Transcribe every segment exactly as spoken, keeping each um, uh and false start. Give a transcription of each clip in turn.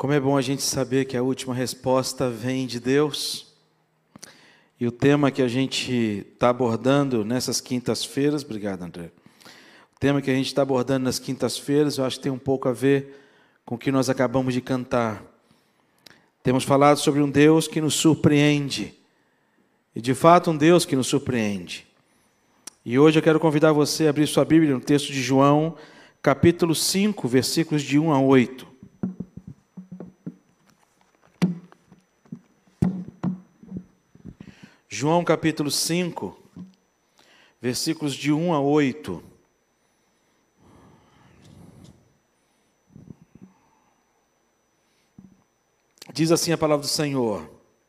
Como é bom a gente saber que a última resposta vem de Deus. E o tema que a gente está abordando nessas quintas-feiras, obrigado, André. O tema que a gente está abordando nas quintas-feiras, eu acho que tem um pouco a ver com o que nós acabamos de cantar. Temos falado sobre um Deus que nos surpreende. E, de fato, um Deus que nos surpreende. E hoje eu quero convidar você a abrir sua Bíblia no texto de João, capítulo cinco, versículos de um a oito. João, capítulo cinco, versículos de um a oito. Diz assim a palavra do Senhor: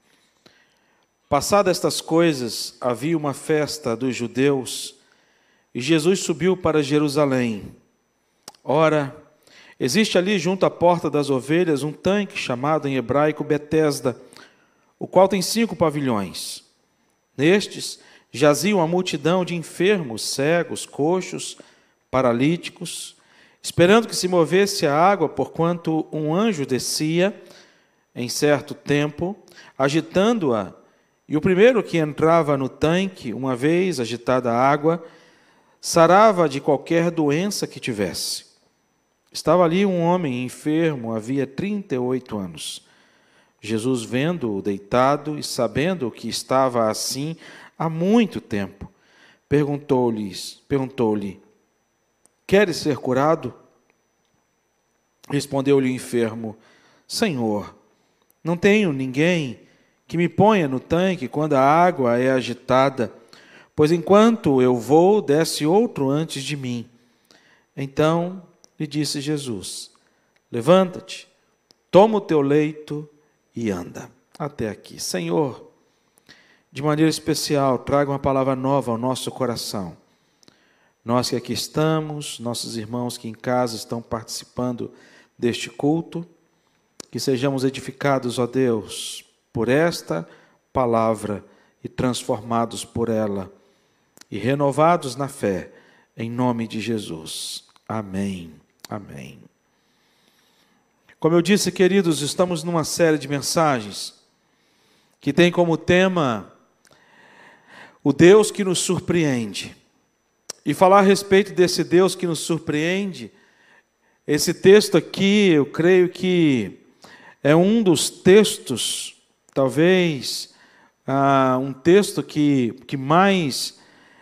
Passadas estas coisas, havia uma festa dos judeus, e Jesus subiu para Jerusalém. Ora, existe ali junto à porta das ovelhas um tanque chamado em hebraico Betesda, o qual tem cinco pavilhões. Nestes jazia uma multidão de enfermos, cegos, coxos, paralíticos, esperando que se movesse a água, porquanto um anjo descia, em certo tempo, agitando-a, e o primeiro que entrava no tanque, uma vez agitada a água, sarava de qualquer doença que tivesse. Estava ali um homem enfermo, havia trinta e oito anos. Jesus, vendo-o deitado e sabendo que estava assim há muito tempo, perguntou-lhe, perguntou-lhe, queres ser curado? Respondeu-lhe o enfermo, Senhor, não tenho ninguém que me ponha no tanque quando a água é agitada, pois enquanto eu vou, desce outro antes de mim. Então lhe disse Jesus, levanta-te, toma o teu leito e anda. Até aqui. Senhor, de maneira especial, traga uma palavra nova ao nosso coração. Nós que aqui estamos, nossos irmãos que em casa estão participando deste culto, que sejamos edificados, ó Deus, por esta palavra e transformados por ela e renovados na fé, em nome de Jesus. Amém. Amém. Como eu disse, queridos, estamos numa série de mensagens que tem como tema o Deus que nos surpreende. E falar a respeito desse Deus que nos surpreende, esse texto aqui, eu creio que é um dos textos, talvez, ah, um texto que, que mais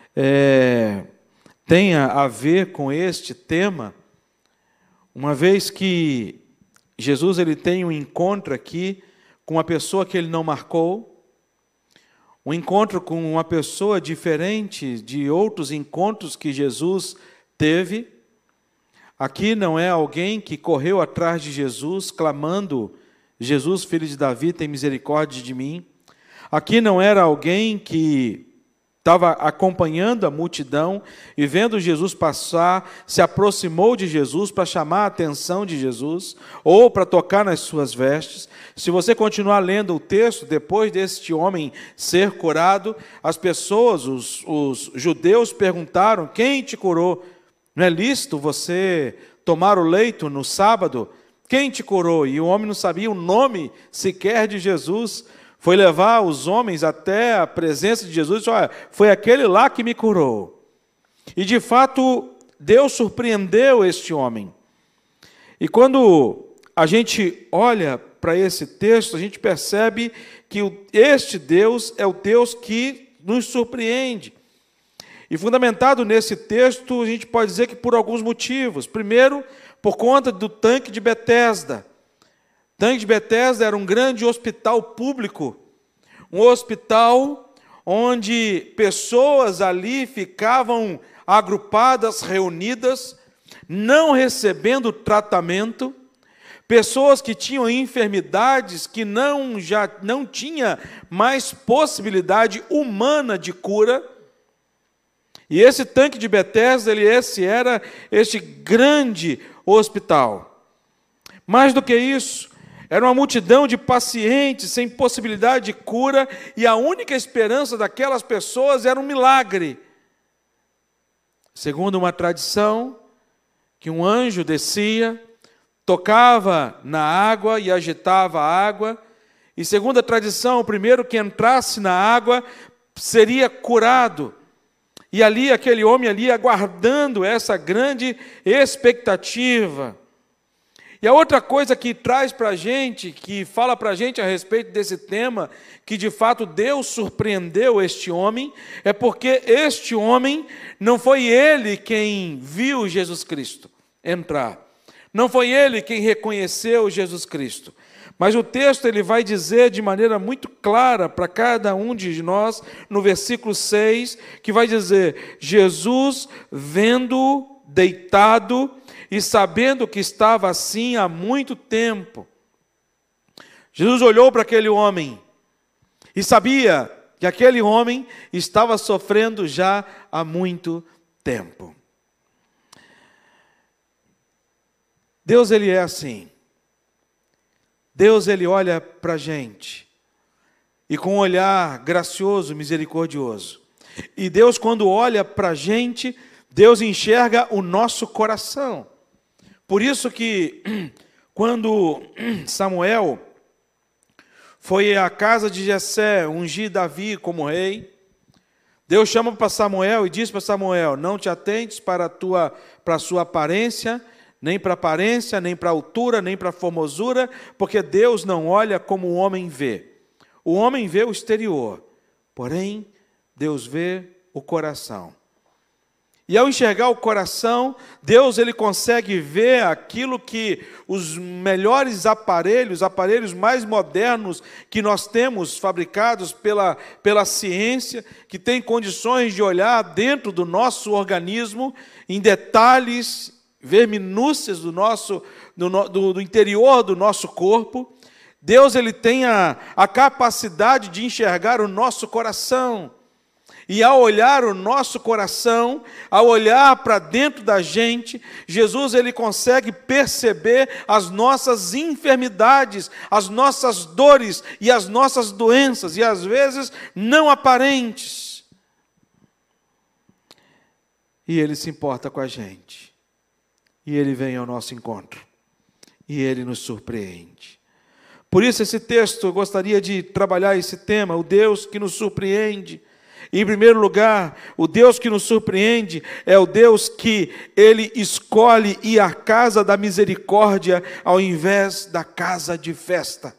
é, tenha a ver com este tema, uma vez que Jesus ele tem um encontro aqui com uma pessoa que ele não marcou, um encontro com uma pessoa diferente de outros encontros que Jesus teve. Aqui não é alguém que correu atrás de Jesus, clamando, Jesus, filho de Davi, tem misericórdia de mim. Aqui não era alguém que estava acompanhando a multidão e vendo Jesus passar, se aproximou de Jesus para chamar a atenção de Jesus ou para tocar nas suas vestes. Se você continuar lendo o texto, depois deste homem ser curado, as pessoas, os, os judeus perguntaram, quem te curou? Não é lícito você tomar o leito no sábado? Quem te curou? E o homem não sabia o nome sequer de Jesus. Foi levar os homens até a presença de Jesus e disse, olha, foi aquele lá que me curou. E de fato, Deus surpreendeu este homem. E quando a gente olha para esse texto, a gente percebe que este Deus é o Deus que nos surpreende. E fundamentado nesse texto, a gente pode dizer que por alguns motivos. Primeiro, por conta do tanque de Betesda. O tanque de Betesda era um grande hospital público, um hospital onde pessoas ali ficavam agrupadas, reunidas, não recebendo tratamento, pessoas que tinham enfermidades que não, já não tinha mais possibilidade humana de cura. E esse tanque de Betesda, ele, esse era este grande hospital. Mais do que isso, era uma multidão de pacientes sem possibilidade de cura e a única esperança daquelas pessoas era um milagre. Segundo uma tradição, que um anjo descia, tocava na água e agitava a água. E segundo a tradição, o primeiro que entrasse na água seria curado. E ali, aquele homem ali, aguardando essa grande expectativa. E a outra coisa que traz para a gente, que fala para a gente a respeito desse tema, que de fato Deus surpreendeu este homem, é porque este homem não foi ele quem viu Jesus Cristo entrar. Não foi ele quem reconheceu Jesus Cristo. Mas o texto ele vai dizer de maneira muito clara para cada um de nós, no versículo seis, que vai dizer: Jesus, vendo-o deitado e sabendo que estava assim há muito tempo. Jesus olhou para aquele homem e sabia que aquele homem estava sofrendo já há muito tempo. Deus, ele é assim. Deus, ele olha para a gente e com um olhar gracioso, misericordioso. E Deus, quando olha para a gente, Deus enxerga o nosso coração. Por isso que, quando Samuel foi à casa de Jessé ungir Davi como rei, Deus chama para Samuel e diz para Samuel: não te atentes para a tua, para a sua aparência, nem para a aparência, nem para a altura, nem para a formosura, porque Deus não olha como o homem vê. O homem vê o exterior, porém, Deus vê o coração. E ao enxergar o coração, Deus ele consegue ver aquilo que os melhores aparelhos, aparelhos mais modernos que nós temos fabricados pela, pela ciência, que tem condições de olhar dentro do nosso organismo, em detalhes, ver minúcias do, nosso, do, do, do interior do nosso corpo. Deus ele tem a, a capacidade de enxergar o nosso coração. E ao olhar o nosso coração, ao olhar para dentro da gente, Jesus ele consegue perceber as nossas enfermidades, as nossas dores e as nossas doenças, e às vezes não aparentes. E ele se importa com a gente. E ele vem ao nosso encontro. E ele nos surpreende. Por isso esse texto, eu gostaria de trabalhar esse tema, o Deus que nos surpreende. Em primeiro lugar, o Deus que nos surpreende é o Deus que Ele escolhe ir à casa da misericórdia ao invés da casa de festa.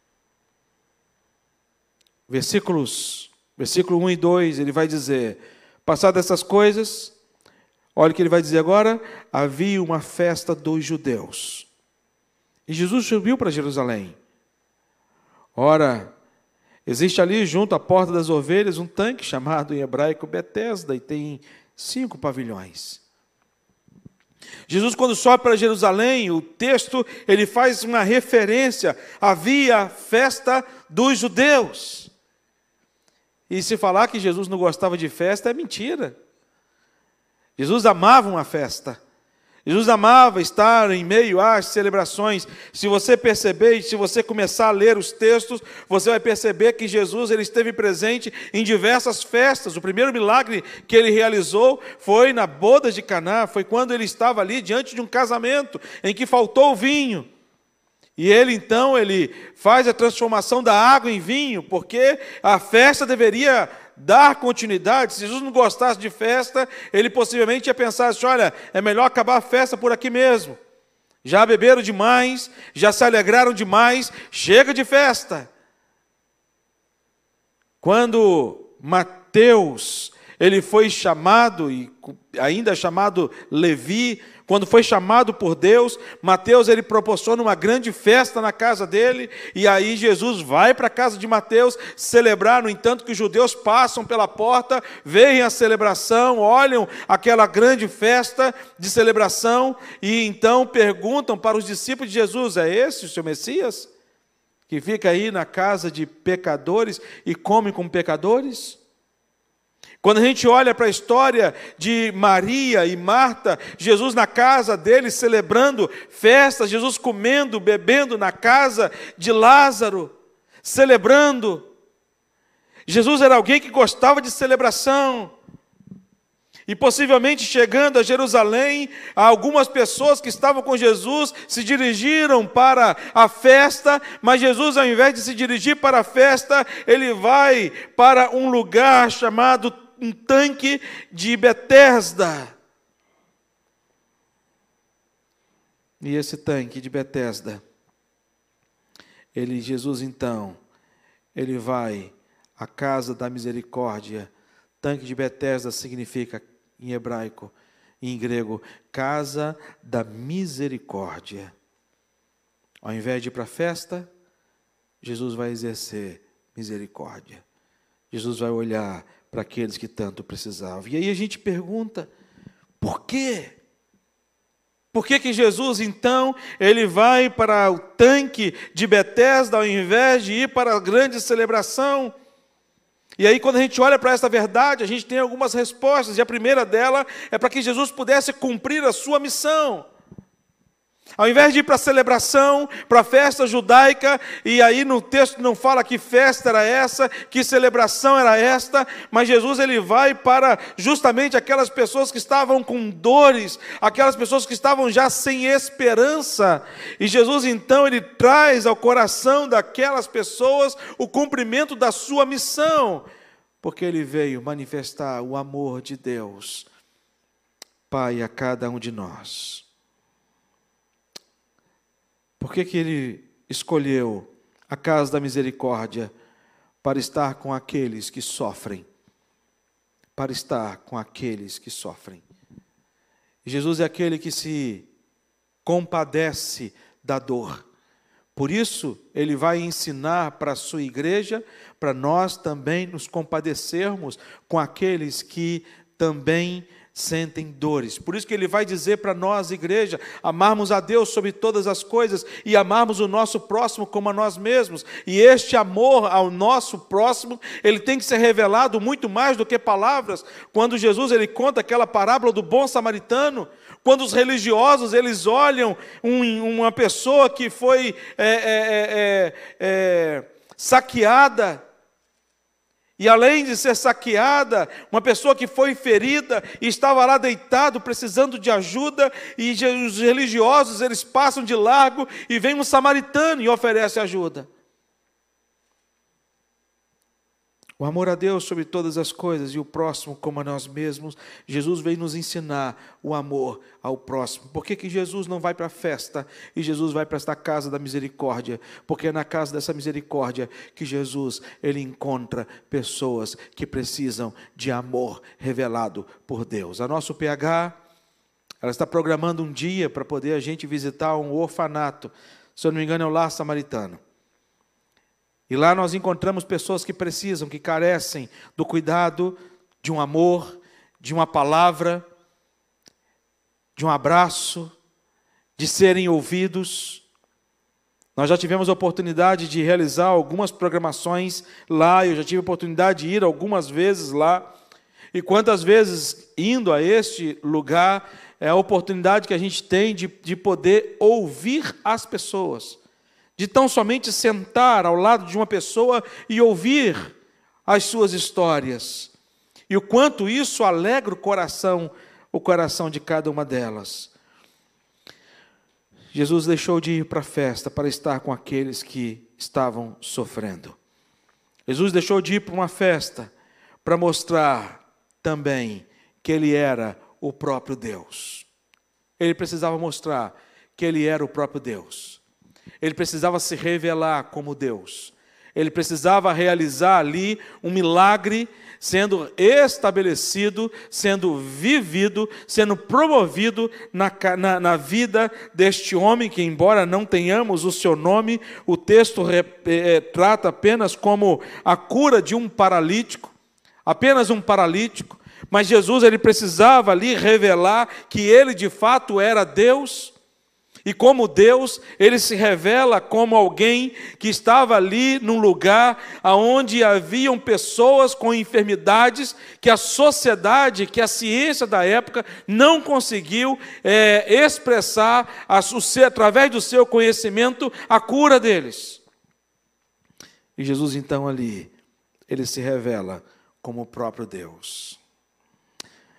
Versículos, versículo um e dois, ele vai dizer: passadas essas coisas, olha o que ele vai dizer agora: havia uma festa dos judeus. E Jesus subiu para Jerusalém. Ora, existe ali, junto à porta das ovelhas, um tanque chamado em hebraico Betesda, e tem cinco pavilhões. Jesus, quando sobe para Jerusalém, o texto ele faz uma referência: havia festa dos judeus. E se falar que Jesus não gostava de festa, é mentira. Jesus amava uma festa. Jesus amava estar em meio às celebrações. Se você perceber, e se você começar a ler os textos, você vai perceber que Jesus ele esteve presente em diversas festas. O primeiro milagre que ele realizou foi na boda de Caná, foi quando ele estava ali diante de um casamento em que faltou o vinho. E ele então ele faz a transformação da água em vinho, porque a festa deveria dar continuidade. Se Jesus não gostasse de festa, ele possivelmente ia pensar assim: olha, é melhor acabar a festa por aqui mesmo. Já beberam demais, já se alegraram demais, chega de festa. Quando Mateus, ele foi chamado, e ainda chamado Levi, quando foi chamado por Deus, Mateus ele proporciona uma grande festa na casa dele, e aí Jesus vai para a casa de Mateus celebrar. No entanto que os judeus passam pela porta, veem a celebração, olham aquela grande festa de celebração, e então perguntam para os discípulos de Jesus: é esse o seu Messias? Que fica aí na casa de pecadores e come com pecadores? Quando a gente olha para a história de Maria e Marta, Jesus na casa deles celebrando festas, Jesus comendo, bebendo na casa de Lázaro, celebrando. Jesus era alguém que gostava de celebração. E possivelmente chegando a Jerusalém, algumas pessoas que estavam com Jesus se dirigiram para a festa, mas Jesus, ao invés de se dirigir para a festa, ele vai para um lugar chamado um tanque de Betesda. E esse tanque de Betesda, ele, Jesus então, ele vai à casa da misericórdia. Tanque de Betesda significa, em hebraico e em grego, casa da misericórdia. Ao invés de ir para a festa, Jesus vai exercer misericórdia. Jesus vai olhar para aqueles que tanto precisavam. E aí a gente pergunta, por quê? Por que que Jesus, então, ele vai para o tanque de Betesda ao invés de ir para a grande celebração? E aí, quando a gente olha para essa verdade, a gente tem algumas respostas, e a primeira dela é para que Jesus pudesse cumprir a sua missão. Ao invés de ir para a celebração, para a festa judaica, e aí no texto não fala que festa era essa, que celebração era esta, mas Jesus ele vai para justamente aquelas pessoas que estavam com dores, aquelas pessoas que estavam já sem esperança, e Jesus então ele traz ao coração daquelas pessoas o cumprimento da sua missão, porque ele veio manifestar o amor de Deus, Pai, a cada um de nós. Por que que ele escolheu a casa da misericórdia? Para estar com aqueles que sofrem. Para estar com aqueles que sofrem. Jesus é aquele que se compadece da dor. Por isso, ele vai ensinar para a sua igreja, para nós também nos compadecermos com aqueles que também sentem dores. Por isso que ele vai dizer para nós, igreja, amarmos a Deus sobre todas as coisas e amarmos o nosso próximo como a nós mesmos. E este amor ao nosso próximo, ele tem que ser revelado muito mais do que palavras. Quando Jesus ele conta aquela parábola do bom samaritano, quando os religiosos eles olham um, uma pessoa que foi é, é, é, é, saqueada, e além de ser saqueada, uma pessoa que foi ferida e estava lá deitado, precisando de ajuda, e os religiosos, eles passam de largo e vem um samaritano e oferece ajuda. O amor a Deus sobre todas as coisas e o próximo como a nós mesmos. Jesus veio nos ensinar o amor ao próximo. Por que que Jesus não vai para a festa e Jesus vai para esta casa da misericórdia? Porque é na casa dessa misericórdia que Jesus ele encontra pessoas que precisam de amor revelado por Deus. A nosso P H, ela está programando um dia para poder a gente visitar um orfanato. Se eu não me engano é o Lar Samaritano. E lá nós encontramos pessoas que precisam, que carecem do cuidado, de um amor, de uma palavra, de um abraço, de serem ouvidos. Nós já tivemos a oportunidade de realizar algumas programações lá, eu já tive a oportunidade de ir algumas vezes lá. E quantas vezes, indo a este lugar, é a oportunidade que a gente tem de, de poder ouvir as pessoas. De tão somente sentar ao lado de uma pessoa e ouvir as suas histórias. E o quanto isso alegra o coração, o coração de cada uma delas. Jesus deixou de ir para a festa para estar com aqueles que estavam sofrendo. Jesus deixou de ir para uma festa para mostrar também que Ele era o próprio Deus. Ele precisava mostrar que Ele era o próprio Deus. Ele precisava se revelar como Deus. Ele precisava realizar ali um milagre, sendo estabelecido, sendo vivido, sendo promovido na, na, na vida deste homem, que embora não tenhamos o seu nome, o texto re, é, trata apenas como a cura de um paralítico, apenas um paralítico, mas Jesus ele precisava ali revelar que ele de fato era Deus. E como Deus, Ele se revela como alguém que estava ali num lugar onde haviam pessoas com enfermidades que a sociedade, que a ciência da época não conseguiu é, expressar a, o seu, através do seu conhecimento a cura deles. E Jesus então ali, Ele se revela como o próprio Deus.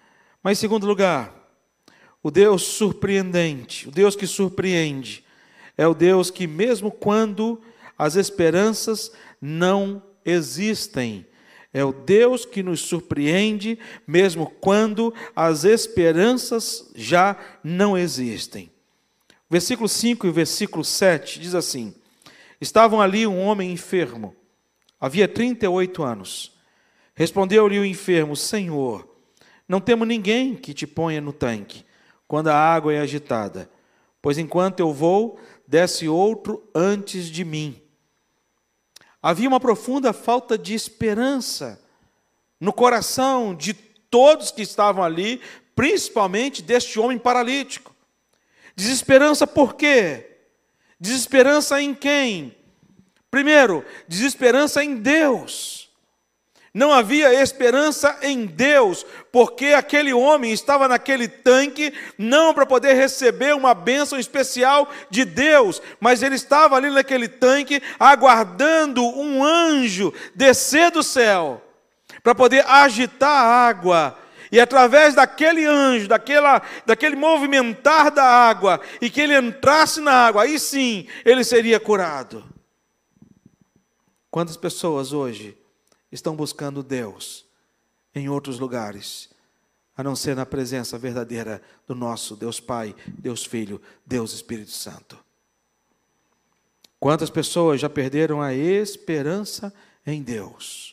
Mas, em segundo lugar, o Deus surpreendente, o Deus que surpreende, é o Deus que, mesmo quando as esperanças não existem, é o Deus que nos surpreende, mesmo quando as esperanças já não existem. O versículo cinco e o versículo sete diz assim: estavam ali um homem enfermo, havia trinta e oito anos. Respondeu-lhe o enfermo: Senhor, não temos ninguém que te ponha no tanque, quando a água é agitada, pois enquanto eu vou, desce outro antes de mim. Havia uma profunda falta de esperança no coração de todos que estavam ali, principalmente deste homem paralítico. Desesperança por quê? Desesperança em quem? Primeiro, desesperança em Deus. Não havia esperança em Deus, porque aquele homem estava naquele tanque, não para poder receber uma bênção especial de Deus, mas ele estava ali naquele tanque, aguardando um anjo descer do céu, para poder agitar a água, e através daquele anjo, daquela, daquele movimentar da água, e que ele entrasse na água, aí sim, ele seria curado. Quantas pessoas hoje estão buscando Deus em outros lugares, a não ser na presença verdadeira do nosso Deus Pai, Deus Filho, Deus Espírito Santo? Quantas pessoas já perderam a esperança em Deus?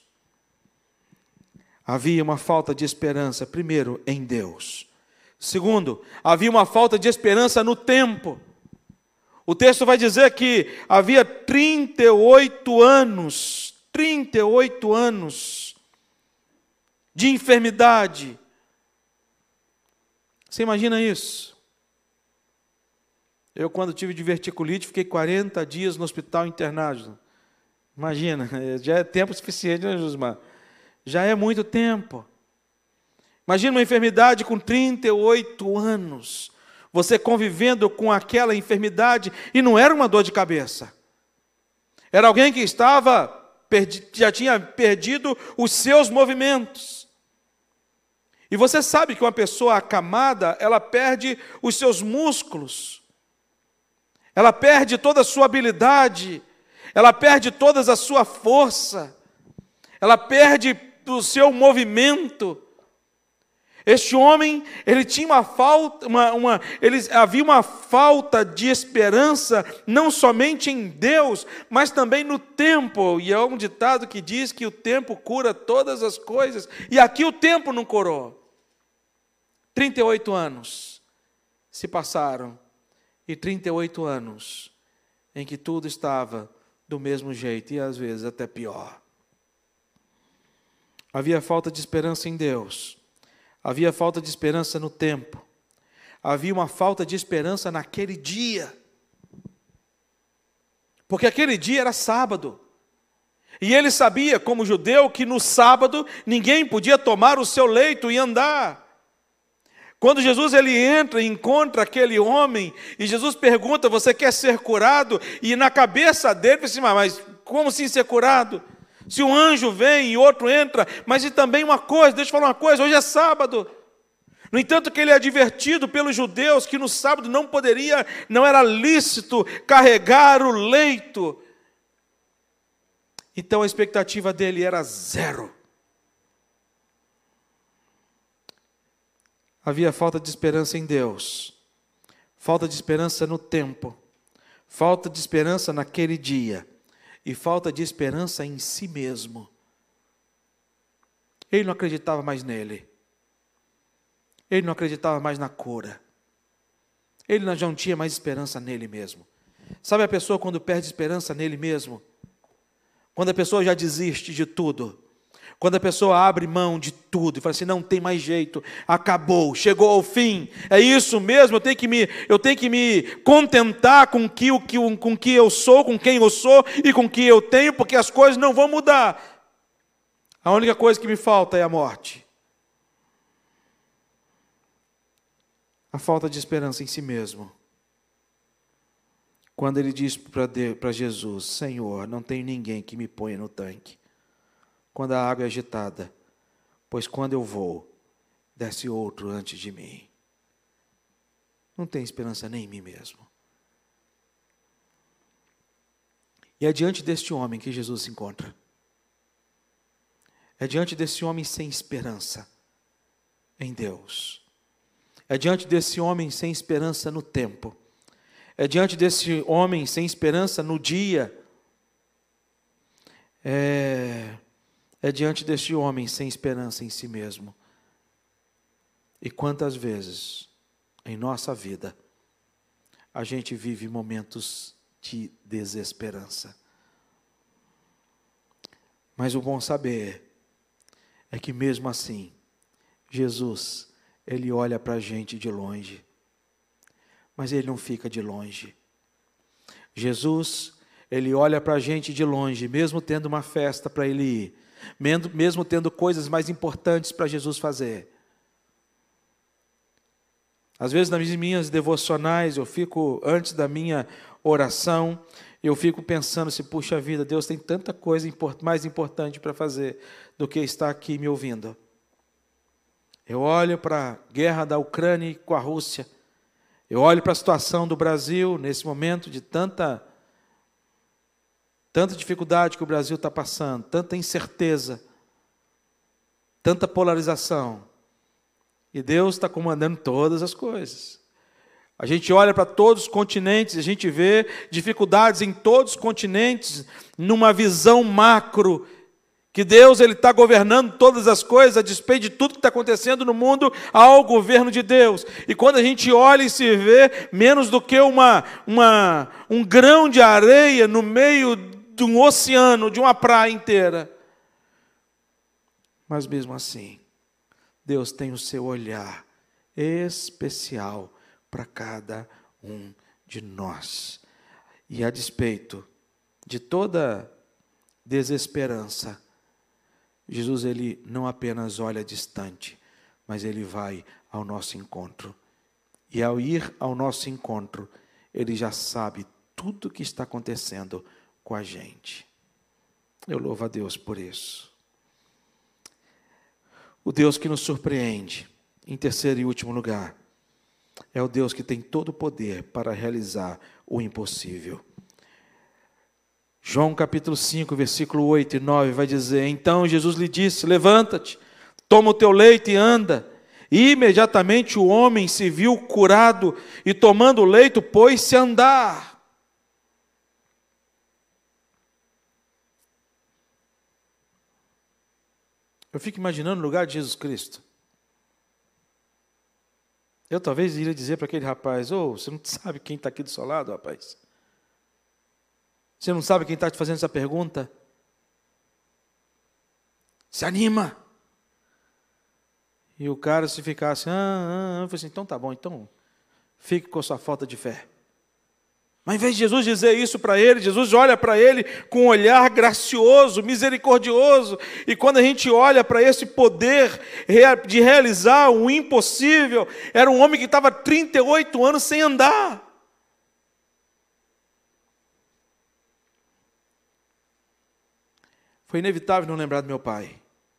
Havia uma falta de esperança, primeiro, em Deus. Segundo, havia uma falta de esperança no tempo. O texto vai dizer que havia trinta e oito anos, trinta e oito anos de enfermidade. Você imagina isso? Eu, quando tive diverticulite, fiquei quarenta dias no hospital internado. Imagina, já é tempo suficiente, né, Josmar? Já é muito tempo. Imagina uma enfermidade com trinta e oito anos. Você convivendo com aquela enfermidade, e não era uma dor de cabeça. Era alguém que estava, perdi, já tinha perdido os seus movimentos. E você sabe que uma pessoa acamada, ela perde os seus músculos. Ela perde toda a sua habilidade. Ela perde toda a sua força. Ela perde o seu movimento. Este homem, ele tinha uma falta, uma, uma, ele, havia uma falta de esperança, não somente em Deus, mas também no tempo. E é um ditado que diz que o tempo cura todas as coisas, e aqui o tempo não curou. trinta e oito anos se passaram, e trinta e oito anos em que tudo estava do mesmo jeito, e às vezes até pior. Havia falta de esperança em Deus. Havia falta de esperança no tempo. Havia uma falta de esperança naquele dia. Porque aquele dia era sábado. E ele sabia, como judeu, que no sábado ninguém podia tomar o seu leito e andar. Quando Jesus ele entra e encontra aquele homem, e Jesus pergunta: você quer ser curado? E na cabeça dele, ele assim, mas como assim ser curado? Se um anjo vem e outro entra, mas e também uma coisa, deixa eu falar uma coisa, hoje é sábado. No entanto, que ele é advertido pelos judeus que no sábado não poderia, não era lícito carregar o leito. Então a expectativa dele era zero. Havia falta de esperança em Deus, falta de esperança no tempo, falta de esperança naquele dia. E falta de esperança em si mesmo. Ele não acreditava mais nele. Ele não acreditava mais na cura. Ele não, já não tinha mais esperança nele mesmo. Sabe a pessoa quando perde esperança nele mesmo? Quando a pessoa já desiste de tudo. Quando a pessoa abre mão de tudo e fala assim, não tem mais jeito, acabou, chegou ao fim, é isso mesmo, eu tenho que me, eu tenho que me contentar com que, o que, com que eu sou, com quem eu sou e com que eu tenho, porque as coisas não vão mudar. A única coisa que me falta é a morte. A falta de esperança em si mesmo. Quando ele diz para Jesus, Senhor, não tem ninguém que me ponha no tanque quando a água é agitada, pois quando eu vou, desse outro antes de mim. Não tem esperança nem em mim mesmo. E é diante deste homem que Jesus se encontra. É diante desse homem sem esperança em Deus. É diante desse homem sem esperança no tempo. É diante desse homem sem esperança no dia. É, é diante deste homem sem esperança em si mesmo. E quantas vezes em nossa vida a gente vive momentos de desesperança. Mas o bom saber é que mesmo assim, Jesus, Ele olha para a gente de longe. Mas Ele não fica de longe. Jesus, Ele olha para a gente de longe, mesmo tendo uma festa para Ele ir, mesmo tendo coisas mais importantes para Jesus fazer. Às vezes nas minhas devocionais, eu fico, antes da minha oração, eu fico pensando assim, puxa vida, Deus tem tanta coisa mais importante para fazer do que estar aqui me ouvindo. Eu olho para a guerra da Ucrânia com a Rússia. Eu olho para a situação do Brasil, nesse momento de tanta, tanta dificuldade que o Brasil está passando, tanta incerteza, tanta polarização. E Deus está comandando todas as coisas. A gente olha para todos os continentes, a gente vê dificuldades em todos os continentes, numa visão macro, que Deus ele está governando todas as coisas, a despeito de tudo que está acontecendo no mundo, há o governo de Deus. E quando a gente olha e se vê menos do que uma, uma, um grão de areia no meio de um oceano, de uma praia inteira. Mas mesmo assim, Deus tem o seu olhar especial para cada um de nós. E a despeito de toda desesperança, Jesus ele não apenas olha distante, mas ele vai ao nosso encontro. E ao ir ao nosso encontro, ele já sabe tudo o que está acontecendo com a gente. Eu louvo a Deus por isso. O Deus que nos surpreende, em terceiro e último lugar, é o Deus que tem todo o poder para realizar o impossível. João capítulo cinco, versículo oito e nove vai dizer, então Jesus lhe disse, levanta-te, toma o teu leito e anda. E imediatamente o homem se viu curado e tomando o leito pôs-se a andar. Eu fico imaginando o lugar de Jesus Cristo. Eu talvez iria dizer para aquele rapaz, ô, oh, você não sabe quem está aqui do seu lado, rapaz? Você não sabe quem está te fazendo essa pergunta? Se anima. E o cara se ficasse, ah, ah, ah, eu falei assim, então tá bom, então fique com a sua falta de fé. Mas, em vez de Jesus dizer isso para ele, Jesus olha para ele com um olhar gracioso, misericordioso. E quando a gente olha para esse poder de realizar o impossível, era um homem que estava trinta e oito anos sem andar. Foi inevitável não lembrar do meu pai.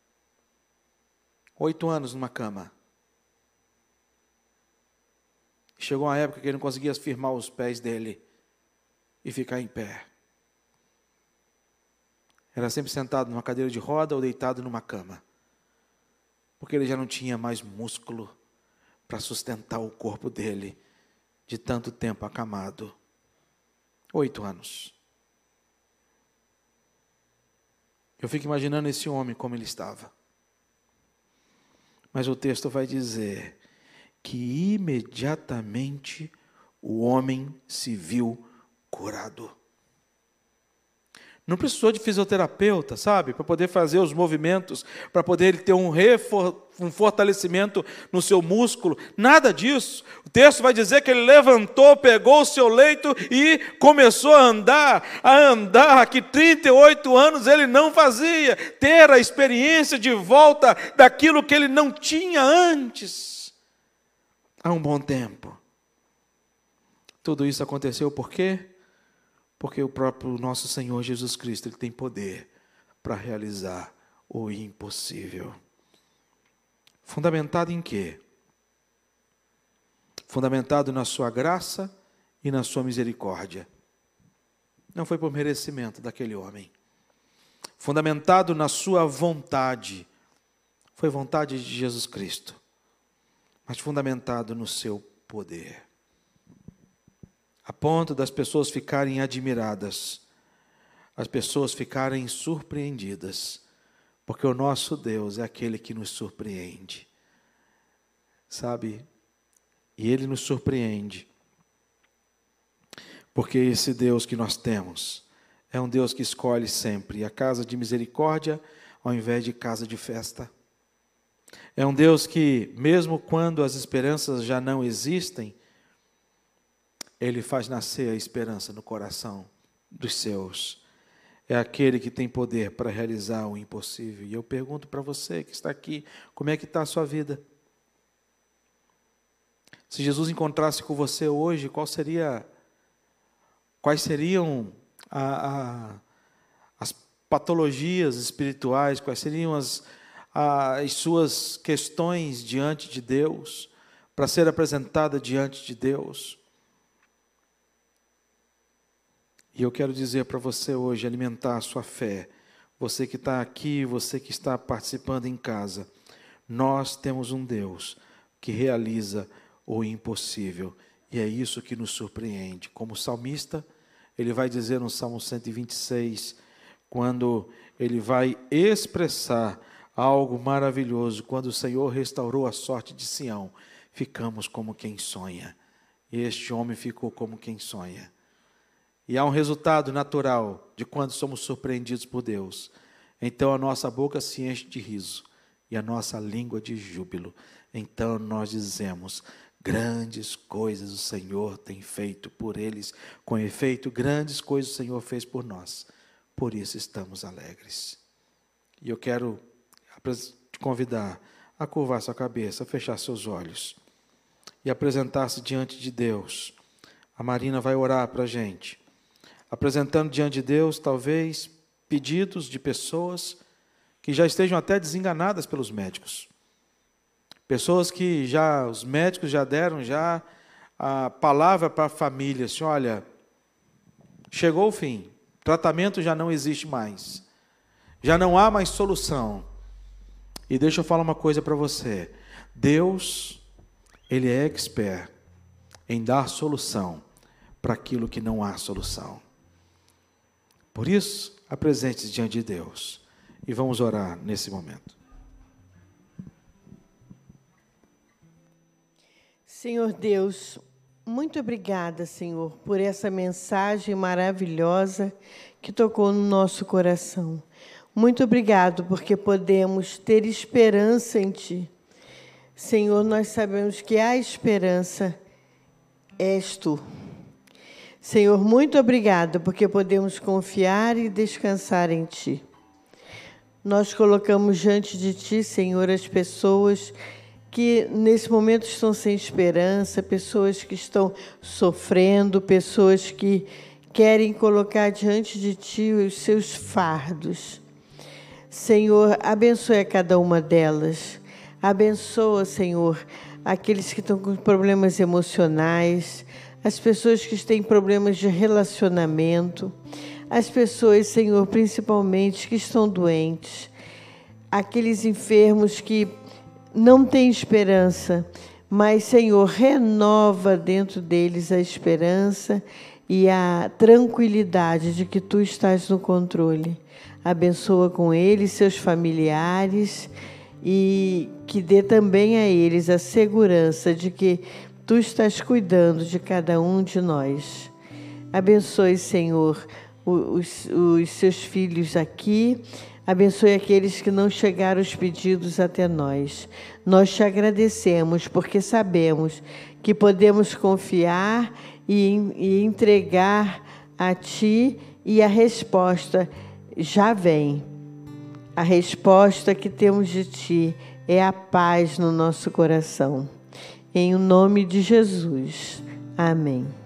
Oito anos numa cama. Chegou uma época que ele não conseguia firmar os pés dele e ficar em pé. Era sempre sentado numa cadeira de roda ou deitado numa cama. Porque ele já não tinha mais músculo para sustentar o corpo dele de tanto tempo acamado. Oito anos. Eu fico imaginando esse homem como ele estava. Mas o texto vai dizer que imediatamente o homem se viu curado. Não precisou de fisioterapeuta, sabe? Para poder fazer os movimentos, para poder ter um, refor- um fortalecimento no seu músculo. Nada disso. O texto vai dizer que ele levantou, pegou o seu leito e começou a andar, a andar, que trinta e oito anos ele não fazia. Ter a experiência de volta daquilo que ele não tinha antes. Há um bom tempo. Tudo isso aconteceu por quê? Porque o próprio nosso Senhor Jesus Cristo, Ele tem poder para realizar o impossível. Fundamentado em quê? Fundamentado na sua graça e na sua misericórdia. Não foi por merecimento daquele homem. Fundamentado na sua vontade. Foi vontade de Jesus Cristo. Mas fundamentado no seu poder. A ponto das pessoas ficarem admiradas. As pessoas ficarem surpreendidas. Porque o nosso Deus é aquele que nos surpreende. Sabe? E Ele nos surpreende. Porque esse Deus que nós temos é um Deus que escolhe sempre a casa de misericórdia ao invés de casa de festa. É um Deus que, mesmo quando as esperanças já não existem, Ele faz nascer a esperança no coração dos seus. É aquele que tem poder para realizar o impossível. E eu pergunto para você que está aqui, como é que está a sua vida? Se Jesus encontrasse com você hoje, qual seria, quais seriam a, a, as patologias espirituais, quais seriam as, a, as suas questões diante de Deus, para ser apresentada diante de Deus? E eu quero dizer para você hoje, alimentar a sua fé, você que está aqui, você que está participando em casa, nós temos um Deus que realiza o impossível, e é isso que nos surpreende. Como salmista, ele vai dizer no Salmo cento e vinte e seis, quando ele vai expressar algo maravilhoso, quando o Senhor restaurou a sorte de Sião, ficamos como quem sonha, e este homem ficou como quem sonha. E há um resultado natural de quando somos surpreendidos por Deus. Então a nossa boca se enche de riso e a nossa língua de júbilo. Então nós dizemos, grandes coisas o Senhor tem feito por eles. Com efeito, grandes coisas o Senhor fez por nós. Por isso estamos alegres. E eu quero te convidar a curvar sua cabeça, a fechar seus olhos e apresentar-se diante de Deus. A Marina vai orar para a gente. Apresentando diante de Deus, talvez, pedidos de pessoas que já estejam até desenganadas pelos médicos. Pessoas que já, os médicos já deram já a palavra para a família, assim, olha, chegou o fim, tratamento já não existe mais, já não há mais solução. E deixa eu falar uma coisa para você, Deus, Ele é expert em dar solução para aquilo que não há solução. Por isso, apresente-se diante de Deus e vamos orar nesse momento. Senhor Deus, muito obrigada, Senhor, por essa mensagem maravilhosa que tocou no nosso coração. Muito obrigado porque podemos ter esperança em Ti. Senhor, nós sabemos que a esperança és Tu. Senhor, muito obrigada, porque podemos confiar e descansar em Ti. Nós colocamos diante de Ti, Senhor, as pessoas que nesse momento estão sem esperança, pessoas que estão sofrendo, pessoas que querem colocar diante de Ti os seus fardos. Senhor, abençoe a cada uma delas. Abençoa, Senhor, aqueles que estão com problemas emocionais, as pessoas que têm problemas de relacionamento, as pessoas, Senhor, principalmente que estão doentes, aqueles enfermos que não têm esperança, mas, Senhor, renova dentro deles a esperança e a tranquilidade de que Tu estás no controle. Abençoa com eles, seus familiares, e que dê também a eles a segurança de que Tu estás cuidando de cada um de nós. Abençoe, Senhor, os, os seus filhos aqui. Abençoe aqueles que não chegaram os pedidos até nós. Nós Te agradecemos porque sabemos que podemos confiar e, e entregar a Ti e a resposta já vem. A resposta que temos de Ti é a paz no nosso coração. Em nome de Jesus. Amém.